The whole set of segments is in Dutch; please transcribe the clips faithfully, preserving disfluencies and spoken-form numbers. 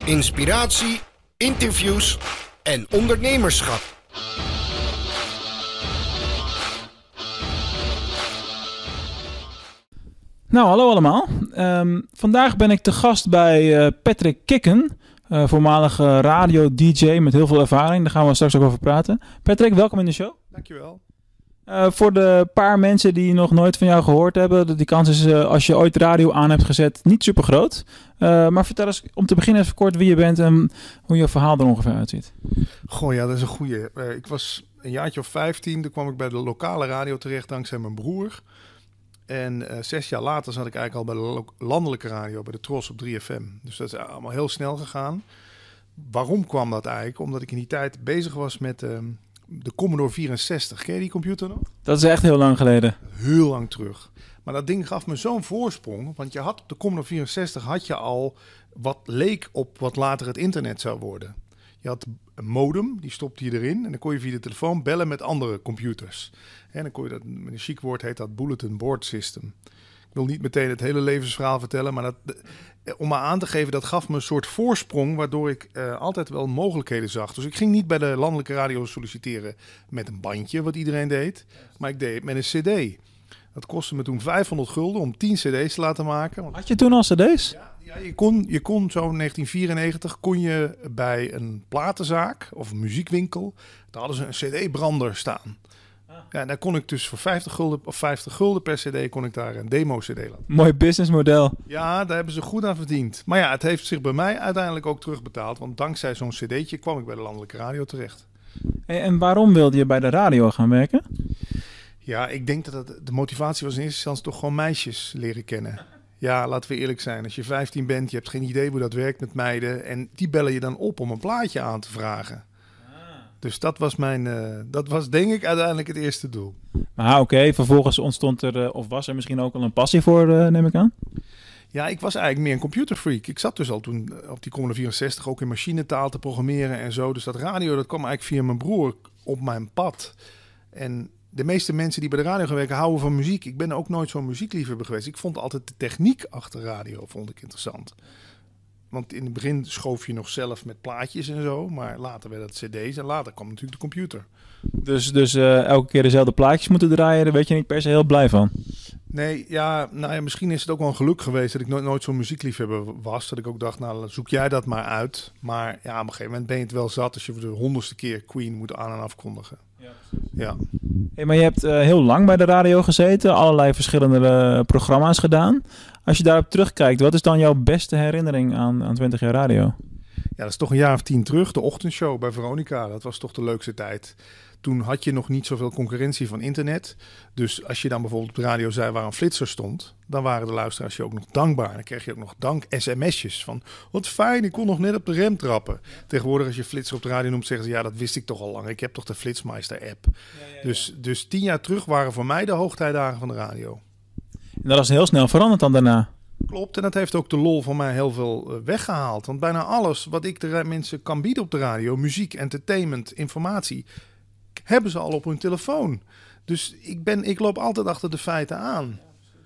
inspiratie, interviews en ondernemerschap. Nou, hallo allemaal. Um, vandaag ben ik te gast bij uh, Patrick Kikken, uh, voormalige radio-D J met heel veel ervaring. Daar gaan we straks ook over praten. Patrick, welkom in de show. Dankjewel. Uh, voor de paar mensen die nog nooit van jou gehoord hebben, die kans is uh, als je ooit radio aan hebt gezet niet super groot. Uh, maar vertel eens om te beginnen even kort wie je bent en hoe je verhaal er ongeveer uitziet. Goh, ja, dat is een goeie. Uh, ik was een jaartje of vijftien, toen kwam ik bij de lokale radio terecht dankzij mijn broer. En uh, zes jaar later zat ik eigenlijk al bij de lo- landelijke radio, bij de Tros op drie F M. Dus dat is allemaal heel snel gegaan. Waarom kwam dat eigenlijk? Omdat ik in die tijd bezig was met uh, de Commodore vierenzestig. Ken je die computer nog? Dat is echt heel lang geleden. Heel lang terug. Maar dat ding gaf me zo'n voorsprong. Want je had op de Commodore vierenzestig had je al wat leek op wat later het internet zou worden. Je had een modem, die stopte je erin. En dan kon je via de telefoon bellen met andere computers. En dan kon je dat, met een chic woord heet dat bulletin board system. Ik wil niet meteen het hele levensverhaal vertellen. Maar dat, om maar aan te geven, dat gaf me een soort voorsprong. Waardoor ik uh, altijd wel mogelijkheden zag. Dus ik ging niet bij de landelijke radio solliciteren met een bandje, wat iedereen deed. Maar ik deed het met een cd. Dat kostte me toen vijfhonderd gulden om tien cd's te laten maken. Had je toen al cd's? Ja, ja je, kon, je kon zo in negentien vierennegentig kon je bij een platenzaak of een muziekwinkel, daar hadden ze een cd-brander staan. Ah. Ja, en daar kon ik dus voor vijftig gulden of vijftig gulden per cd kon ik daar een demo-cd laten. Mooi businessmodel. Ja, daar hebben ze goed aan verdiend. Maar ja, het heeft zich bij mij uiteindelijk ook terugbetaald, want dankzij zo'n cd'tje kwam ik bij de landelijke radio terecht. En, en waarom wilde je bij de radio gaan werken? Ja, ik denk dat het, de motivatie was in eerste instantie toch gewoon meisjes leren kennen. Ja, laten we eerlijk zijn. Als je vijftien bent, je hebt geen idee hoe dat werkt met meiden. En die bellen je dan op om een plaatje aan te vragen. Ah. Dus dat was mijn, uh, dat was denk ik uiteindelijk het eerste doel. Ah, oké. Okay. Vervolgens ontstond er, uh, of was er misschien ook al een passie voor, uh, neem ik aan? Ja, ik was eigenlijk meer een computerfreak. Ik zat dus al toen op die Commodore vierenzestig ook in machinetaal te programmeren en zo. Dus dat radio, dat kwam eigenlijk via mijn broer op mijn pad. En de meeste mensen die bij de radio gaan werken houden van muziek. Ik ben ook nooit zo'n muziekliefhebber geweest. Ik vond altijd de techniek achter radio vond ik interessant. Want in het begin schoof je nog zelf met plaatjes en zo. Maar later werd het cd's en later kwam natuurlijk de computer. Dus, dus uh, elke keer dezelfde plaatjes moeten draaien, daar werd je niet per se heel blij van? Nee, ja, nou ja, misschien is het ook wel een geluk geweest dat ik nooit, nooit zo'n muziekliefhebber was. Dat ik ook dacht, nou zoek jij dat maar uit. Maar ja, op een gegeven moment ben je het wel zat als je voor de honderdste keer Queen moet aan- en afkondigen. Ja, ja. Hey, maar je hebt uh, heel lang bij de radio gezeten, allerlei verschillende uh, programma's gedaan. Als je daarop terugkijkt, wat is dan jouw beste herinnering aan, aan twintig jaar radio? Ja, dat is toch een jaar of tien terug. De ochtendshow bij Veronica, dat was toch de leukste tijd. Toen had je nog niet zoveel concurrentie van internet. Dus als je dan bijvoorbeeld op de radio zei waar een flitser stond, dan waren de luisteraars je ook nog dankbaar. En dan kreeg je ook nog dank sms'jes van, wat fijn, ik kon nog net op de rem trappen. Tegenwoordig als je flitser op de radio noemt, zeggen ze, ja, dat wist ik toch al lang. Ik heb toch de Flitsmeister-app. Ja, ja, ja. Dus, dus tien jaar terug waren voor mij de hoogtijdagen van de radio. En dat is heel snel veranderd dan daarna. Klopt, en dat heeft ook de lol van mij heel veel uh, weggehaald. Want bijna alles wat ik de mensen kan bieden op de radio, muziek, entertainment, informatie, hebben ze al op hun telefoon. Dus ik, ben, ik loop altijd achter de feiten aan.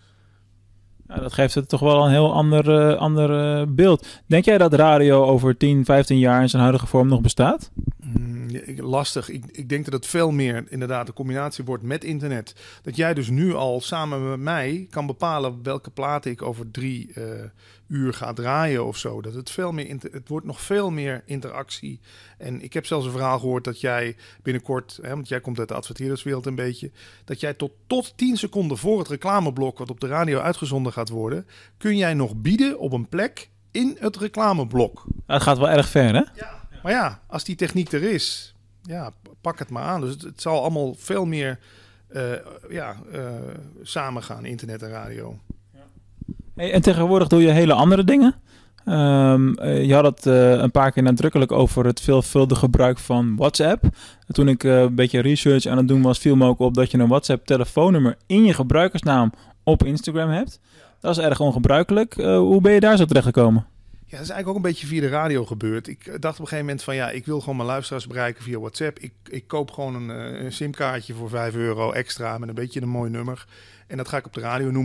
Ja, dat geeft het toch wel een heel ander, uh, ander uh, beeld. Denk jij dat radio over tien, vijftien jaar in zijn huidige vorm nog bestaat? Mm, lastig. Ik, ik denk dat het veel meer inderdaad een combinatie wordt met internet. Dat jij dus nu al samen met mij kan bepalen welke platen ik over drie uh, uur ga draaien of zo. Dat het veel meer inter- het wordt nog veel meer interactie. En ik heb zelfs een verhaal gehoord dat jij binnenkort, hè, want jij komt uit de adverteerderswereld een beetje, dat jij tot, tot tien seconden voor het reclameblok wat op de radio uitgezonden gaat worden, kun jij nog bieden op een plek in het reclameblok. Dat gaat wel erg ver, hè? Ja. Maar ja, als die techniek er is, ja, pak het maar aan. Dus het, het zal allemaal veel meer uh, ja, uh, samengaan, internet en radio. Ja. Hey, en tegenwoordig doe je hele andere dingen. Um, uh, je had het uh, een paar keer nadrukkelijk over het veelvuldige gebruik van WhatsApp. Toen ik uh, een beetje research aan het doen was, viel me ook op dat je een WhatsApp-telefoonnummer in je gebruikersnaam op Instagram hebt. Ja. Dat is erg ongebruikelijk. Uh, hoe ben je daar zo terecht gekomen? Ja, dat is eigenlijk ook een beetje via de radio gebeurd. Ik dacht op een gegeven moment van ja, ik wil gewoon mijn luisteraars bereiken via WhatsApp. Ik, ik koop gewoon een, een simkaartje voor vijf euro extra met een beetje een mooi nummer. En dat ga ik op de radio noemen.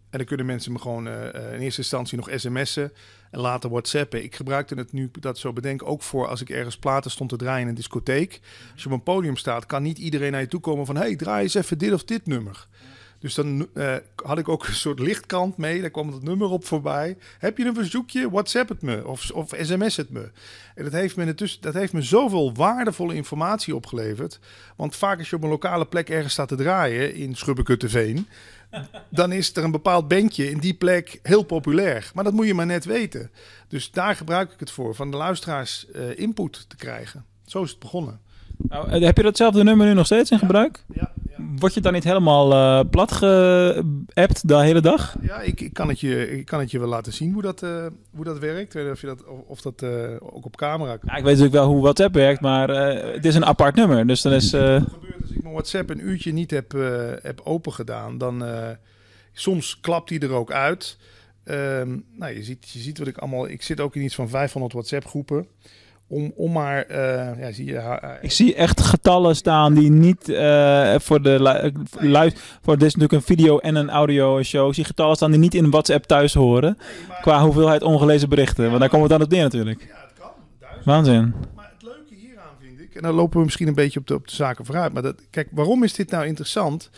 En dan kunnen mensen me gewoon uh, in eerste instantie nog sms'en en later WhatsAppen. Ik gebruikte het nu, dat zo bedenk, ook voor als ik ergens platen stond te draaien in een discotheek. Als je op een podium staat, kan niet iedereen naar je toe komen van... hey, draai eens even dit of dit nummer. Dus dan uh, had ik ook een soort lichtkant mee. Daar kwam het nummer op voorbij. Heb je een verzoekje? WhatsApp het me. Of, of sms het me. En dat heeft me, dus, dat heeft me zoveel waardevolle informatie opgeleverd. Want vaak als je op een lokale plek ergens staat te draaien... in Schubbekutteveen... dan is er een bepaald bandje in die plek heel populair. Maar dat moet je maar net weten. Dus daar gebruik ik het voor. Van de luisteraars uh, input te krijgen. Zo is het begonnen. Nou, heb je datzelfde nummer nu nog steeds in gebruik? Ja. ja. Word je dan niet helemaal uh, plat geappt de hele dag? Ja, ik, ik, kan het je, ik kan het je wel laten zien hoe dat, uh, hoe dat werkt. Of, je dat, of, of dat uh, ook op camera kan. Ja, ik weet natuurlijk wel hoe WhatsApp werkt, maar uh, het is een apart nummer. Dus dan is... Uh... Wat gebeurt als ik mijn WhatsApp een uurtje niet heb, uh, heb open gedaan? Dan uh, soms klapt hij er ook uit. Um, nou, je ziet, je ziet wat ik allemaal... Ik zit ook in iets van vijfhonderd WhatsApp groepen. Om, om maar, uh, ja, zie je... Uh, ik zie echt getallen staan die niet uh, voor de lu- lu- voor dit is natuurlijk een video en een audio show. Ik zie getallen staan die niet in WhatsApp thuis horen. Nee, maar, qua hoeveelheid ongelezen berichten. Ja, want daar komt het dan op neer natuurlijk. Ja, het kan. Duizend. Waanzin. Maar het leuke hieraan vind ik, en dan lopen we misschien een beetje op de, op de zaken vooruit. Maar dat, kijk, waarom is dit nou interessant?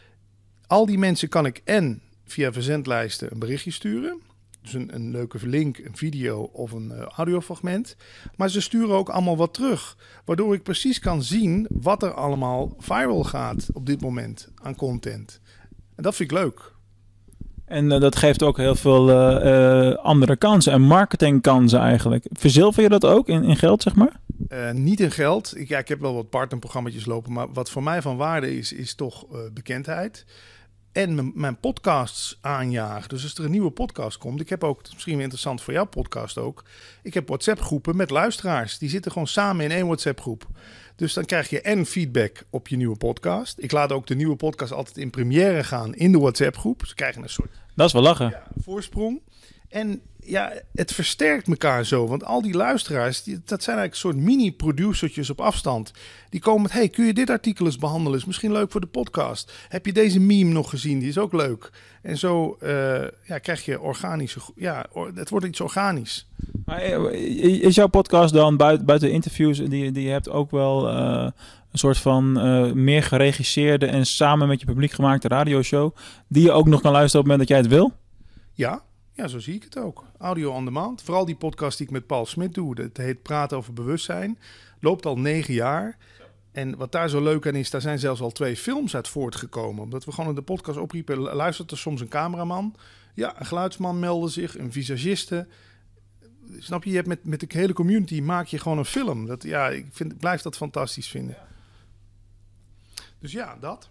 Al die mensen kan ik en via verzendlijsten een berichtje sturen. Dus een, een leuke link, een video of een uh, audiofragment. Maar ze sturen ook allemaal wat terug. Waardoor ik precies kan zien wat er allemaal viral gaat op dit moment aan content. En dat vind ik leuk. En uh, dat geeft ook heel veel uh, uh, andere kansen en marketingkansen eigenlijk. Verzilver je dat ook in, in geld, zeg maar? Uh, niet in geld. Ik, ja, ik heb wel wat partnerprogramma's lopen. Maar wat voor mij van waarde is, is toch uh, bekendheid. En m- mijn podcasts aanjagen. Dus als er een nieuwe podcast komt. Ik heb ook, het is misschien wel interessant voor jouw podcast ook. Ik heb WhatsApp groepen met luisteraars. Die zitten gewoon samen in één WhatsApp groep. Dus dan krijg je en feedback op je nieuwe podcast. Ik laat ook de nieuwe podcast altijd in première gaan in de WhatsApp groep. Ze krijgen een soort... Dat is wel lachen. Ja, voorsprong. En ja, het versterkt elkaar zo. Want al die luisteraars, die, dat zijn eigenlijk een soort mini-producertjes op afstand. Die komen met, hey, kun je dit artikel eens behandelen? Is misschien leuk voor de podcast. Heb je deze meme nog gezien? Die is ook leuk. En zo uh, ja, krijg je organische... Ja, het wordt iets organisch. Maar is jouw podcast dan buiten, buiten interviews die, die je hebt ook wel... Uh, een soort van uh, meer geregisseerde en samen met je publiek gemaakte radioshow... die je ook nog kan luisteren op het moment dat jij het wil? Ja. Ja, zo zie ik het ook. Audio on demand. Vooral die podcast die ik met Paul Smit doe. Het heet Praten over bewustzijn. Loopt al negen jaar. En wat daar zo leuk aan is, daar zijn zelfs al twee films uit voortgekomen. Omdat we gewoon in de podcast opriepen, luistert er soms een cameraman. Ja, een geluidsman meldde zich, een visagiste. Snap je, je hebt met, met de hele community maak je gewoon een film. Dat, ja, ik vind, blijf dat fantastisch vinden. Dus ja, dat...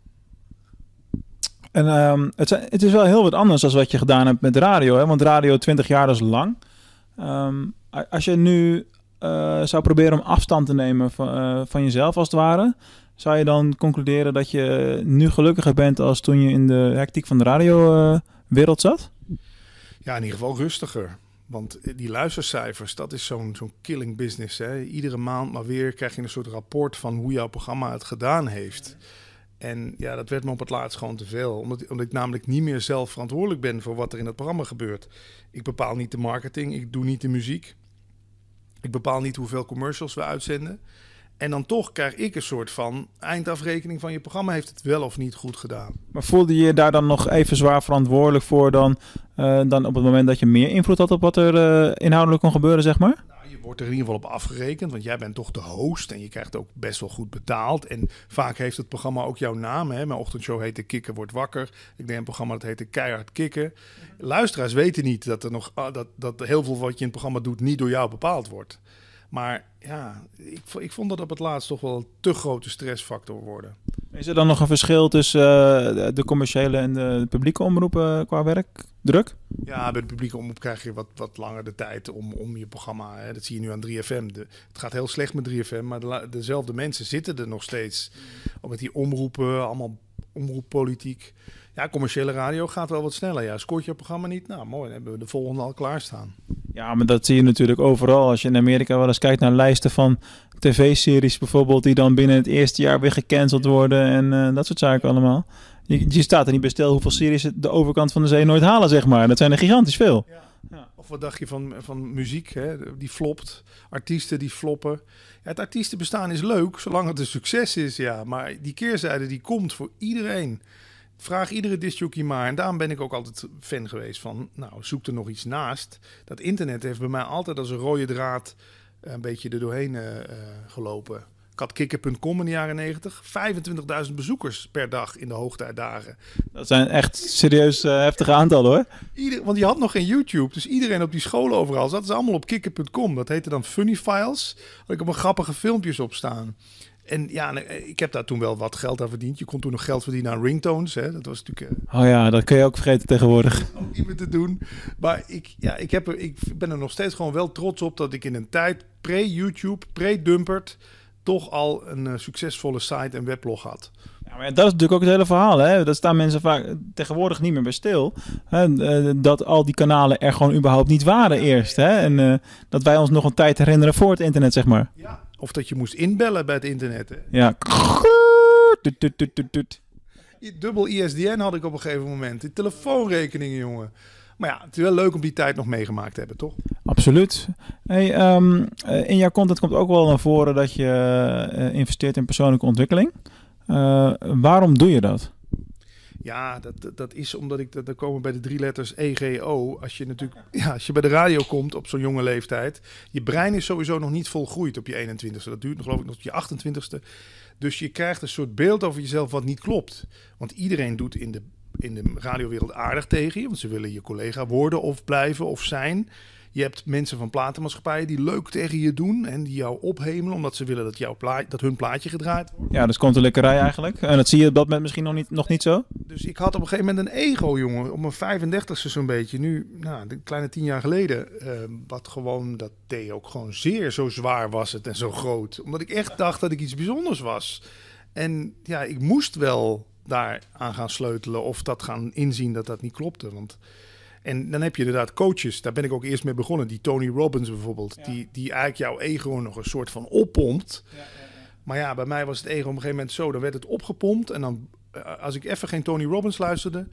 En um, het, zijn, het is wel heel wat anders dan wat je gedaan hebt met radio. Hè? Want radio twintig jaar, dat is lang. Um, als je nu uh, zou proberen om afstand te nemen van, uh, van jezelf als het ware... zou je dan concluderen dat je nu gelukkiger bent als toen je in de hectiek van de radiowereld uh, zat? Ja, in ieder geval rustiger. Want die luistercijfers, dat is zo'n, zo'n killing business. Hè? Iedere maand maar weer krijg je een soort rapport van hoe jouw programma het gedaan heeft... En ja, dat werd me op het laatst gewoon te veel. Omdat, omdat ik namelijk niet meer zelf verantwoordelijk ben voor wat er in het programma gebeurt. Ik bepaal niet de marketing, ik doe niet de muziek. Ik bepaal niet hoeveel commercials we uitzenden. En dan toch krijg ik een soort van eindafrekening van je programma. Heeft het wel of niet goed gedaan? Maar voelde je je daar dan nog even zwaar verantwoordelijk voor dan, uh, dan op het moment dat je meer invloed had op wat er uh, inhoudelijk kon gebeuren, zeg maar? Nou, je wordt er in ieder geval op afgerekend, want jij bent toch de host en je krijgt ook best wel goed betaald. En vaak heeft het programma ook jouw naam. Hè? Mijn ochtendshow heet De Kikker Wordt Wakker. Ik deed een programma dat heette Keihard Kikken. Luisteraars weten niet dat er nog uh, dat, dat heel veel wat je in het programma doet niet door jou bepaald wordt. Maar ja, ik, ik vond dat op het laatst toch wel een te grote stressfactor worden. Is er dan nog een verschil tussen uh, de commerciële en de publieke omroepen qua werkdruk? Ja, bij de publieke omroep krijg je wat, wat langer de tijd om, om je programma... Hè, dat zie je nu aan drie F M. De, het gaat heel slecht met drie F M, maar de, dezelfde mensen zitten er nog steeds. Ook met die omroepen, allemaal omroeppolitiek. Ja, commerciële radio gaat wel wat sneller. Ja, scoort je programma niet? Nou, mooi, dan hebben we de volgende al klaarstaan. Ja, maar dat zie je natuurlijk overal. Als je in Amerika wel eens kijkt naar lijsten van tv-series bijvoorbeeld... die dan binnen het eerste jaar weer gecanceld worden en uh, dat soort zaken allemaal. je, je staat er niet bij stil hoeveel series de overkant van de zee nooit halen, zeg maar. Dat zijn er gigantisch veel. Ja. Ja. Of wat dacht je van, van muziek, hè? Die flopt. Artiesten die floppen. Ja, het artiestenbestaan is leuk, zolang het een succes is, ja. Maar die keerzijde die komt voor iedereen. Vraag iedere discjockey maar. En daarom ben ik ook altijd fan geweest van, nou, zoek er nog iets naast. Dat internet heeft bij mij altijd als een rode draad een beetje er doorheen uh, gelopen. Ik had kikker punt com in de jaren negentig. vijfentwintigduizend bezoekers per dag in de hoogtijdagen. Dat zijn echt serieus uh, heftige aantallen, hoor. Ieder, want je had nog geen YouTube. Dus iedereen op die scholen overal zaten ze allemaal op kikker punt com. Dat heette dan Funny Files. Had ik op een grappige filmpjes op staan. En ja, ik heb daar toen wel wat geld aan verdiend. Je kon toen nog geld verdienen aan ringtones. Hè? Dat was natuurlijk... Uh, oh ja, dat kun je ook vergeten tegenwoordig. Ook niet meer te doen. Maar ik, ja, ik, heb er, ik ben er nog steeds gewoon wel trots op dat ik in een tijd pre-YouTube, pre-Dumpert, toch al een uh, succesvolle site en weblog had. Ja, maar dat is natuurlijk ook het hele verhaal. Hè? Dat staan mensen vaak tegenwoordig niet meer bij stil. Hè? Uh, dat al die kanalen er gewoon überhaupt niet waren eerst. Hè? En uh, dat wij ons nog een tijd herinneren voor het internet, zeg maar. Ja. Of dat je moest inbellen bij het internet. Hè? Ja. Dubbel I S D N had ik op een gegeven moment. Die telefoonrekeningen, jongen. Maar ja, het is wel leuk om die tijd nog meegemaakt te hebben, toch? Absoluut. Hey, um, in jouw content komt ook wel naar voren dat je uh, investeert in persoonlijke ontwikkeling. Uh, waarom doe je dat? Ja, dat, dat is omdat ik... Dat, dat komen bij de drie letters E G O. Als je natuurlijk... Ja, als je bij de radio komt op zo'n jonge leeftijd... Je brein is sowieso nog niet volgroeid op je eenentwintigste. Dat duurt geloof ik nog tot je achtentwintigste. Dus je krijgt een soort beeld over jezelf wat niet klopt. Want iedereen doet in de, in de radiowereld aardig tegen je. Want ze willen je collega worden of blijven of zijn. Je hebt mensen van platenmaatschappijen die leuk tegen je doen en die jou ophemelen omdat ze willen dat, jouw pla- dat hun plaatje gedraaid wordt. Ja, dus komt een lekkerij eigenlijk. En dat zie je op dat moment misschien nog niet, nog niet zo? Dus ik had op een gegeven moment een ego, jongen. Op mijn vijfendertigste zo'n beetje. Nu, nou, een kleine tien jaar geleden. Uh, wat gewoon, dat deed ook gewoon zeer. Zo zwaar was het en zo groot. Omdat ik echt dacht dat ik iets bijzonders was. En ja, ik moest wel daar aan gaan sleutelen of dat gaan inzien dat dat niet klopte. Want... En dan heb je inderdaad coaches, daar ben ik ook eerst mee begonnen. Die Tony Robbins bijvoorbeeld, ja. die, die eigenlijk jouw ego nog een soort van oppompt. Ja, ja, ja. Maar ja, bij mij was het ego op een gegeven moment zo. Dan werd het opgepompt en dan, als ik even geen Tony Robbins luisterde,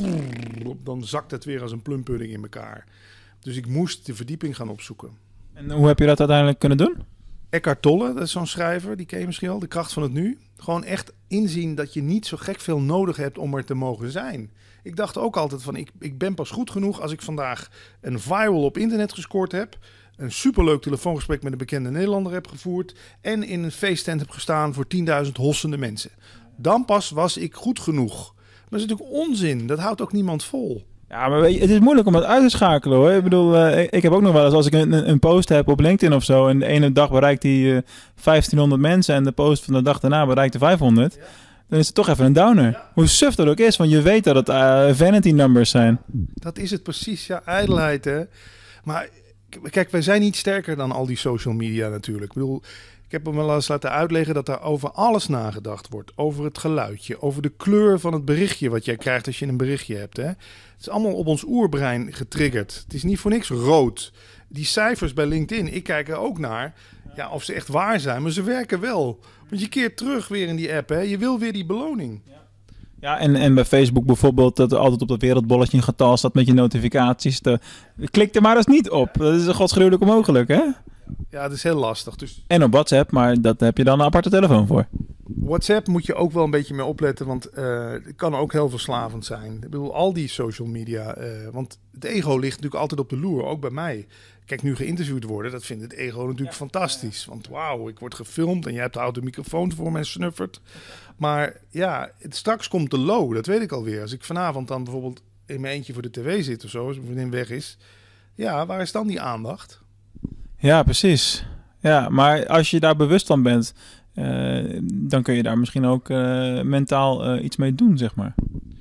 dan zakt het weer als een plumpudding in elkaar. Dus ik moest de verdieping gaan opzoeken. En hoe heb je dat uiteindelijk kunnen doen? Eckhart Tolle, dat is zo'n schrijver, die ken je misschien al, De Kracht van het Nu. Gewoon echt inzien dat je niet zo gek veel nodig hebt om er te mogen zijn. Ik dacht ook altijd van, ik, ik ben pas goed genoeg als ik vandaag een viral op internet gescoord heb, een superleuk telefoongesprek met een bekende Nederlander heb gevoerd en in een feesttent heb gestaan voor tienduizend hossende mensen. Dan pas was ik goed genoeg. Maar dat is natuurlijk onzin, dat houdt ook niemand vol. Ja, maar weet je, het is moeilijk om het uit te schakelen, hoor. Ik bedoel, uh, ik, ik heb ook nog wel eens, als ik een, een post heb op LinkedIn of zo, en de ene dag bereikt die uh, vijftienhonderd mensen en de post van de dag daarna bereikt de vijfhonderd, ja. Dan is het toch even een downer. Ja. Hoe suf dat ook is, want je weet dat het uh, vanity numbers zijn. Dat is het precies, ja, ijdelheid, hè. Maar kijk, wij zijn niet sterker dan al die social media natuurlijk. Ik bedoel, ik heb hem wel eens laten uitleggen dat daar over alles nagedacht wordt. Over het geluidje, over de kleur van het berichtje wat jij krijgt als je een berichtje hebt, hè. Het is allemaal op ons oerbrein getriggerd. Het is niet voor niks rood. Die cijfers bij LinkedIn, ik kijk er ook naar. Ja, of ze echt waar zijn, maar ze werken wel. Want je keert terug weer in die app, hè. Je wil weer die beloning. Ja, en, en bij Facebook bijvoorbeeld, dat er altijd op dat wereldbolletje een getal staat met je notificaties. Te, klik er maar eens niet op. Dat is godsgruwelijk onmogelijk, hè? Ja, dat is heel lastig. Dus... En op WhatsApp, maar daar heb je dan een aparte telefoon voor. WhatsApp moet je ook wel een beetje mee opletten, want uh, het kan ook heel verslavend zijn. Ik bedoel, al die social media, uh, want het ego ligt natuurlijk altijd op de loer, ook bij mij. Kijk, nu geïnterviewd worden, dat vindt het ego natuurlijk ja, fantastisch. Want wauw, ik word gefilmd en jij hebt de oude microfoon voor me en snuffert. Maar ja, het, straks komt de low, dat weet ik alweer. Als ik vanavond dan bijvoorbeeld in mijn eentje voor de tv zit of zo, als mijn vriendin weg is. Ja, waar is dan die aandacht? Ja, precies. Ja, maar als je daar bewust van bent, uh, dan kun je daar misschien ook uh, mentaal uh, iets mee doen, zeg maar.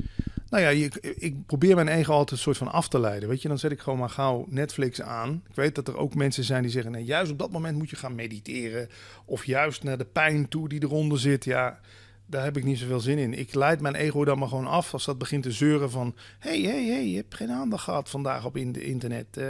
Nou ja, ik, ik probeer mijn ego altijd een soort van af te leiden. Weet je, dan zet ik gewoon maar gauw Netflix aan. Ik weet dat er ook mensen zijn die zeggen, nee, juist op dat moment moet je gaan mediteren. Of juist naar de pijn toe die eronder zit. Ja, daar heb ik niet zoveel zin in. Ik leid mijn ego dan maar gewoon af als dat begint te zeuren van, hé, hé, hé, je hebt geen aandacht gehad vandaag op in de internet. Uh,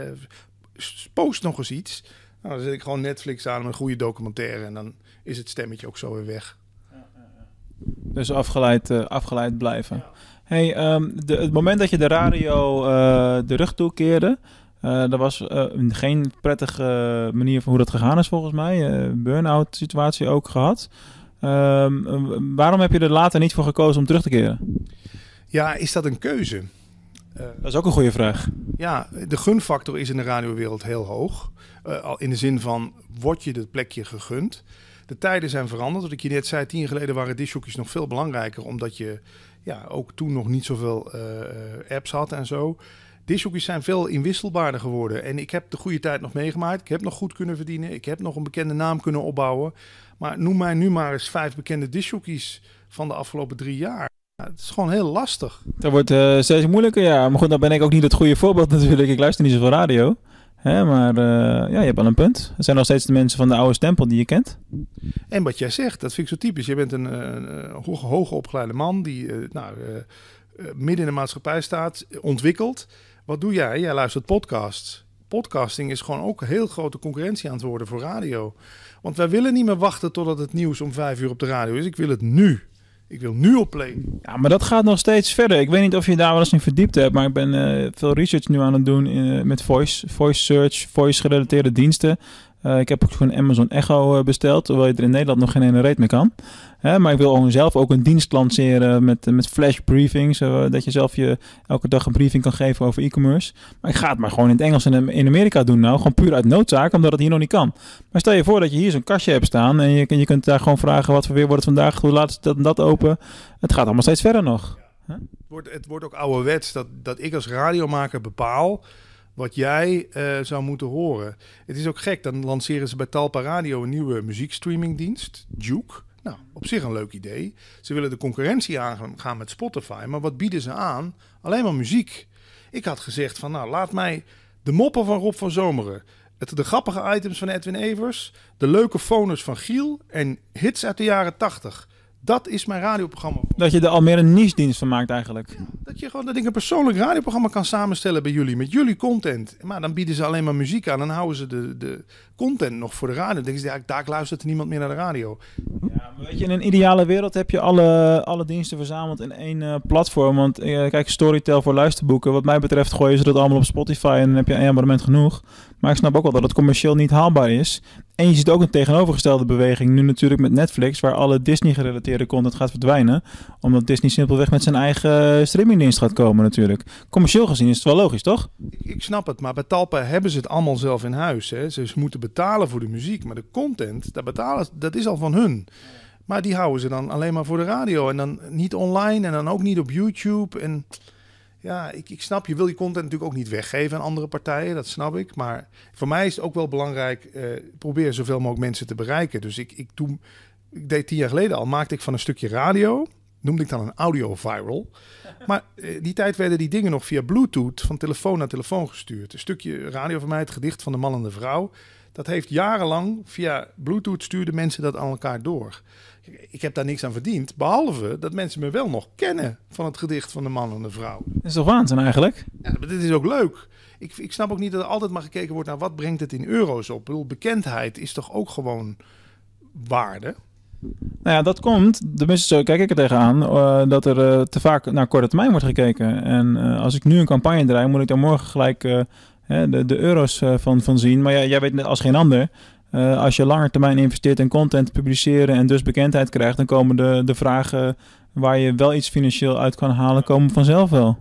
post nog eens iets. Nou, dan zet ik gewoon Netflix aan met een goede documentaire en dan is het stemmetje ook zo weer weg. Ja, ja, ja. Dus afgeleid, uh, afgeleid blijven. Ja. Hey, um, de, het moment dat je de radio uh, de rug toekeerde, uh, dat was uh, geen prettige uh, manier van hoe dat gegaan is volgens mij. Uh, burn-out situatie ook gehad. Um, uh, waarom heb je er later niet voor gekozen om terug te keren? Ja, is dat een keuze? Uh, dat is ook een goede vraag. Ja, de gunfactor is in de radiowereld heel hoog. Uh, al in de zin van, wordt je dat plekje gegund? De tijden zijn veranderd. Wat ik je net zei, tien jaar geleden waren discjockeys nog veel belangrijker, omdat je ja, ook toen nog niet zoveel uh, apps had en zo. Discjockeys zijn veel inwisselbaarder geworden. En ik heb de goede tijd nog meegemaakt. Ik heb nog goed kunnen verdienen. Ik heb nog een bekende naam kunnen opbouwen. Maar noem mij nu maar eens vijf bekende discjockeys van de afgelopen drie jaar. Ja, het is gewoon heel lastig. Dat wordt uh, steeds moeilijker, ja. Maar goed, dan ben ik ook niet het goede voorbeeld natuurlijk. Ik luister niet zoveel radio. Hè, maar uh, ja, je hebt wel een punt. Het zijn nog steeds de mensen van de oude stempel die je kent. En wat jij zegt, dat vind ik zo typisch. Je bent een, een, een hoge, hoge opgeleide man die uh, nou, uh, uh, midden in de maatschappij staat, ontwikkelt. Wat doe jij? Jij luistert podcasts. Podcasting is gewoon ook een heel grote concurrentie aan het worden voor radio. Want wij willen niet meer wachten totdat het nieuws om vijf uur op de radio is. Ik wil het nu. Ik wil nu op play. Ja, maar dat gaat nog steeds verder. Ik weet niet of je daar wel eens in verdiept hebt, maar ik ben uh, veel research nu aan het doen uh, met voice, voice search, voice gerelateerde diensten. Uh, ik heb ook gewoon Amazon Echo uh, besteld, terwijl je er in Nederland nog geen ene reet mee kan. Uh, maar ik wil gewoon zelf ook een dienst lanceren met, uh, met flash briefings, uh, dat je zelf je elke dag een briefing kan geven over e-commerce. Maar ik ga het maar gewoon in het Engels en in Amerika doen nou, gewoon puur uit noodzaak, omdat het hier nog niet kan. Maar stel je voor dat je hier zo'n kastje hebt staan en je, je kunt daar gewoon vragen wat voor weer wordt het vandaag, hoe laat is dat en dat open. Het gaat allemaal steeds verder nog. Huh? Het, wordt, het wordt ook ouderwets dat, dat ik als radiomaker bepaal wat jij uh, zou moeten horen. Het is ook gek, dan lanceren ze bij Talpa Radio een nieuwe muziekstreamingdienst, Juke. Nou, op zich een leuk idee. Ze willen de concurrentie aangaan met Spotify, maar wat bieden ze aan? Alleen maar muziek. Ik had gezegd van, nou, laat mij de moppen van Rob van Zomeren, het, de grappige items van Edwin Evers, de leuke foners van Giel en hits uit de jaren tachtig. Dat is mijn radioprogramma. Dat je er al meer een niche-dienst van maakt eigenlijk. Ja, dat je gewoon dat ik een persoonlijk radioprogramma kan samenstellen bij jullie. Met jullie content. Maar dan bieden ze alleen maar muziek aan. En dan houden ze de, de content nog voor de radio. Dan denken ze, ja, daar luistert niemand meer naar de radio. Ja, maar weet je, in een ideale wereld heb je alle, alle diensten verzameld in één uh, platform. Want uh, kijk, Storytel voor luisterboeken. Wat mij betreft gooien ze dat allemaal op Spotify en dan heb je één abonnement genoeg. Maar ik snap ook wel dat het commercieel niet haalbaar is. En je ziet ook een tegenovergestelde beweging nu natuurlijk met Netflix, waar alle Disney-gerelateerde content gaat verdwijnen. Omdat Disney simpelweg met zijn eigen streamingdienst gaat komen natuurlijk. Commercieel gezien is het wel logisch, toch? Ik, ik snap het, maar bij Talpa hebben ze het allemaal zelf in huis. Hè? Ze moeten betalen voor de muziek, maar de content, dat, betalen, dat is al van hun. Maar die houden ze dan alleen maar voor de radio. En dan niet online en dan ook niet op YouTube. En ja, ik, ik snap, je wil je content natuurlijk ook niet weggeven aan andere partijen. Dat snap ik. Maar voor mij is het ook wel belangrijk, uh, probeer zoveel mogelijk mensen te bereiken. Dus ik, ik, doe, ik deed tien jaar geleden al, maakte ik van een stukje radio, noemde ik dan een audio viral. Maar uh, die tijd werden die dingen nog via Bluetooth van telefoon naar telefoon gestuurd. Een stukje radio van mij, het gedicht van de man en de vrouw. Dat heeft jarenlang via Bluetooth stuurden mensen dat aan elkaar door. Ik heb daar niks aan verdiend, behalve dat mensen me wel nog kennen van het gedicht van de man en de vrouw. Dat is toch waanzin eigenlijk? Ja, maar dit is ook leuk. Ik, ik snap ook niet dat er altijd maar gekeken wordt naar wat brengt het in euro's op. Ik bedoel, bekendheid is toch ook gewoon waarde? Nou ja, dat komt, tenminste zo kijk ik er tegenaan, uh, dat er uh, te vaak naar korte termijn wordt gekeken. En uh, als ik nu een campagne draai, moet ik daar morgen gelijk uh, de, de euro's uh, van, van zien. Maar ja, jij weet net als geen ander, uh, als je langer termijn investeert in content publiceren en dus bekendheid krijgt, dan komen de, de vragen waar je wel iets financieel uit kan halen, komen vanzelf wel.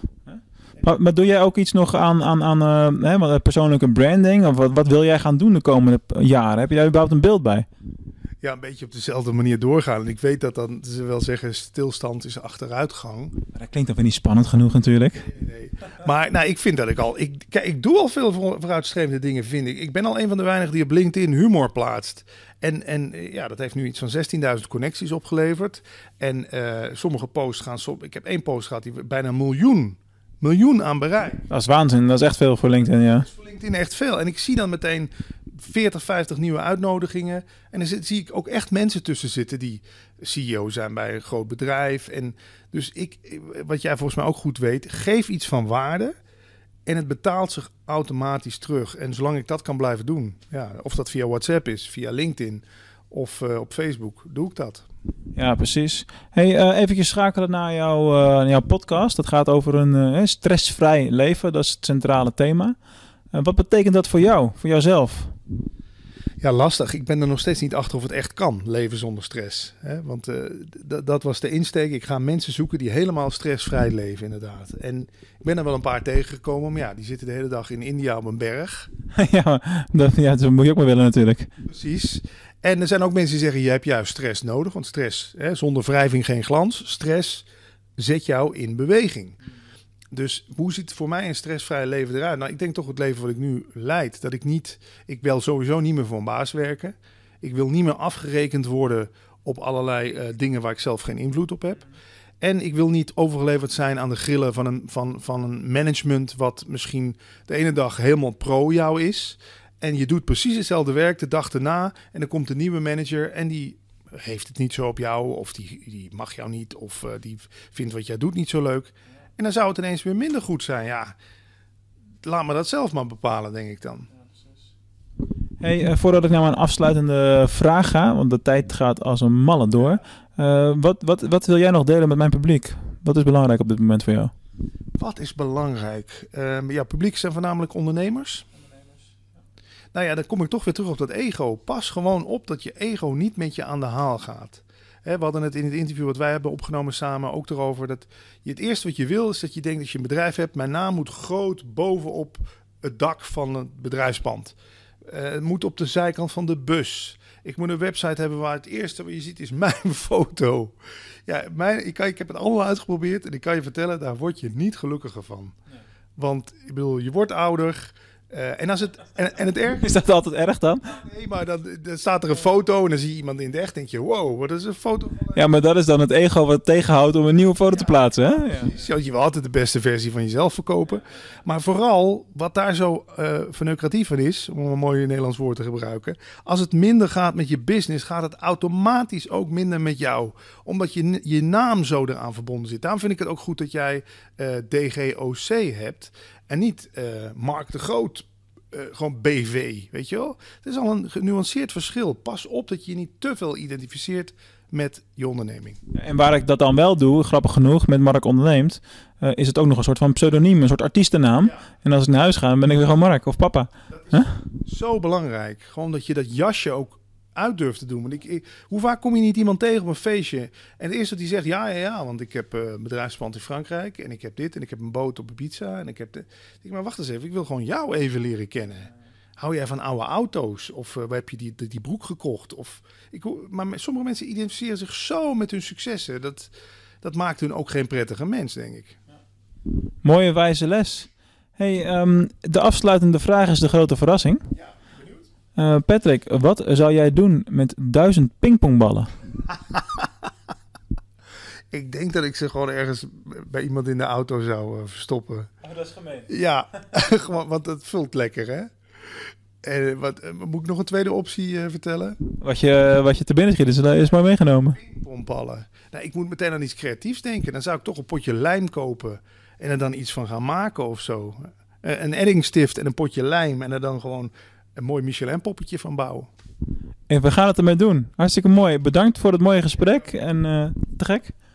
Maar, maar doe jij ook iets nog aan, aan, aan uh, hè, persoonlijke branding? Of wat, wat wil jij gaan doen de komende jaren? Heb je daar überhaupt een beeld bij? Ja, een beetje op dezelfde manier doorgaan. En ik weet dat dan ze wel zeggen stilstand is achteruitgang. Maar dat klinkt toch weer niet spannend genoeg natuurlijk. Nee, nee. Maar nou, ik vind dat ik al... Ik, kijk, ik doe al veel vooruitstrevende dingen, vind ik. Ik ben al een van de weinigen die op LinkedIn humor plaatst. En, en ja, dat heeft nu iets van zestienduizend connecties opgeleverd. En uh, sommige posts gaan... Som, ik heb één post gehad die bijna een miljoen... miljoen aan bereik. Dat is waanzin. Dat is echt veel voor LinkedIn, ja. Dat is voor LinkedIn echt veel. En ik zie dan meteen veertig, vijftig nieuwe uitnodigingen. En dan zie ik ook echt mensen tussen zitten die C E O zijn bij een groot bedrijf. En dus ik, wat jij volgens mij ook goed weet, geef iets van waarde en het betaalt zich automatisch terug. En zolang ik dat kan blijven doen, ja, of dat via WhatsApp is, via LinkedIn of uh, op Facebook, doe ik dat. Ja, precies. Hey, uh, eventjes schakelen naar, jou, uh, naar jouw podcast. Dat gaat over een uh, stressvrij leven. Dat is het centrale thema. Uh, wat betekent dat voor jou, voor jouzelf? Ja, lastig. Ik ben er nog steeds niet achter of het echt kan, leven zonder stress. Hè? Want uh, d- dat was de insteek. Ik ga mensen zoeken die helemaal stressvrij leven, inderdaad. En ik ben er wel een paar tegengekomen, maar ja, die zitten de hele dag in India op een berg. ja, dat, ja, dat moet je ook maar willen natuurlijk. Precies. En er zijn ook mensen die zeggen, je hebt juist stress nodig. Want stress, hè, zonder wrijving geen glans. Stress zet jou in beweging. Dus hoe ziet voor mij een stressvrij leven eruit? Nou, ik denk toch het leven wat ik nu leid. Dat ik niet, ik wil sowieso niet meer voor een baas werken. Ik wil niet meer afgerekend worden op allerlei uh, dingen waar ik zelf geen invloed op heb. En ik wil niet overgeleverd zijn aan de grillen van een, van, van een management wat misschien de ene dag helemaal pro jou is. En je doet precies hetzelfde werk de dag erna. En dan komt een nieuwe manager en die heeft het niet zo op jou. Of die, die mag jou niet. Of uh, die vindt wat jij doet niet zo leuk. En dan zou het ineens weer minder goed zijn. Ja, laat me dat zelf maar bepalen, denk ik dan. Hey, uh, voordat ik naar mijn afsluitende vraag ga, want de tijd gaat als een malle door. Uh, wat, wat, wat wil jij nog delen met mijn publiek? Wat is belangrijk op dit moment voor jou? Wat is belangrijk? Uh, ja, publiek zijn voornamelijk ondernemers. ondernemers ja. Nou ja, dan kom ik toch weer terug op dat ego. Pas gewoon op dat je ego niet met je aan de haal gaat. He, we hadden het in het interview wat wij hebben opgenomen samen ook erover. Dat je het eerste wat je wil is dat je denkt dat je een bedrijf hebt. Mijn naam moet groot bovenop het dak van het bedrijfspand. Uh, het moet op de zijkant van de bus. Ik moet een website hebben waar het eerste wat je ziet is mijn foto. Ja, mijn, ik, kan, ik heb het allemaal uitgeprobeerd en ik kan je vertellen, daar word je niet gelukkiger van. Nee. Want ik bedoel, je wordt ouder. Uh, en, als het, en, en het erg... Is dat altijd erg dan? Nee, maar dan, dan staat er een foto en dan zie je iemand in het echt. Denk je, wow, wat is een foto van... Ja, maar dat is dan het ego wat tegenhoudt om een nieuwe foto ja, te plaatsen, hè? Ja. Ja. Je wil altijd de beste versie van jezelf verkopen. Maar vooral, wat daar zo uh, verneukeratief van is, om een mooi Nederlands woord te gebruiken. Als het minder gaat met je business, gaat het automatisch ook minder met jou. Omdat je, je naam zo eraan verbonden zit. Daarom vind ik het ook goed dat jij uh, D G O C hebt. En niet uh, Mark de Groot, uh, gewoon B V, weet je wel? Het is al een genuanceerd verschil. Pas op dat je je niet te veel identificeert met je onderneming. En waar ik dat dan wel doe, grappig genoeg, met Mark Onderneemt, uh, is het ook nog een soort van pseudoniem, een soort artiestennaam. Ja. En als ik naar huis ga, dan ben ik weer gewoon Mark of papa. Dat is huh? zo belangrijk. Gewoon dat je dat jasje ook uit durft te doen. Want ik, ik, hoe vaak kom je niet iemand tegen op een feestje en het eerste wat die zegt, ja, ja, ja, want ik heb uh, een bedrijfspand in Frankrijk en ik heb dit en ik heb een boot op Ibiza en ik heb de... Ik denk, maar wacht eens even, ik wil gewoon jou even leren kennen. Hou jij van oude auto's? Of uh, waar heb je die, die, die broek gekocht? Of, ik, maar sommige mensen identificeren zich zo met hun successen. Dat, dat maakt hun ook geen prettige mens, denk ik. Ja. Mooie wijze les. Hey, um, de afsluitende vraag is de grote verrassing. Ja. Uh, Patrick, wat zou jij doen met duizend pingpongballen? Ik denk dat ik ze gewoon ergens bij iemand in de auto zou uh, verstoppen. Oh, dat is gemeen. Ja, gewoon, want het vult lekker, hè? En wat, uh, moet ik nog een tweede optie uh, vertellen? Wat je, wat je te binnen schiet, is, is maar meegenomen. Pingpongballen. Nou, ik moet meteen aan iets creatiefs denken. Dan zou ik toch een potje lijm kopen en er dan iets van gaan maken of zo. Uh, een eddingstift en een potje lijm en er dan gewoon een mooi Michelin-poppetje van bouwen. En we gaan het ermee doen. Hartstikke mooi. Bedankt voor het mooie gesprek. En uh, te gek.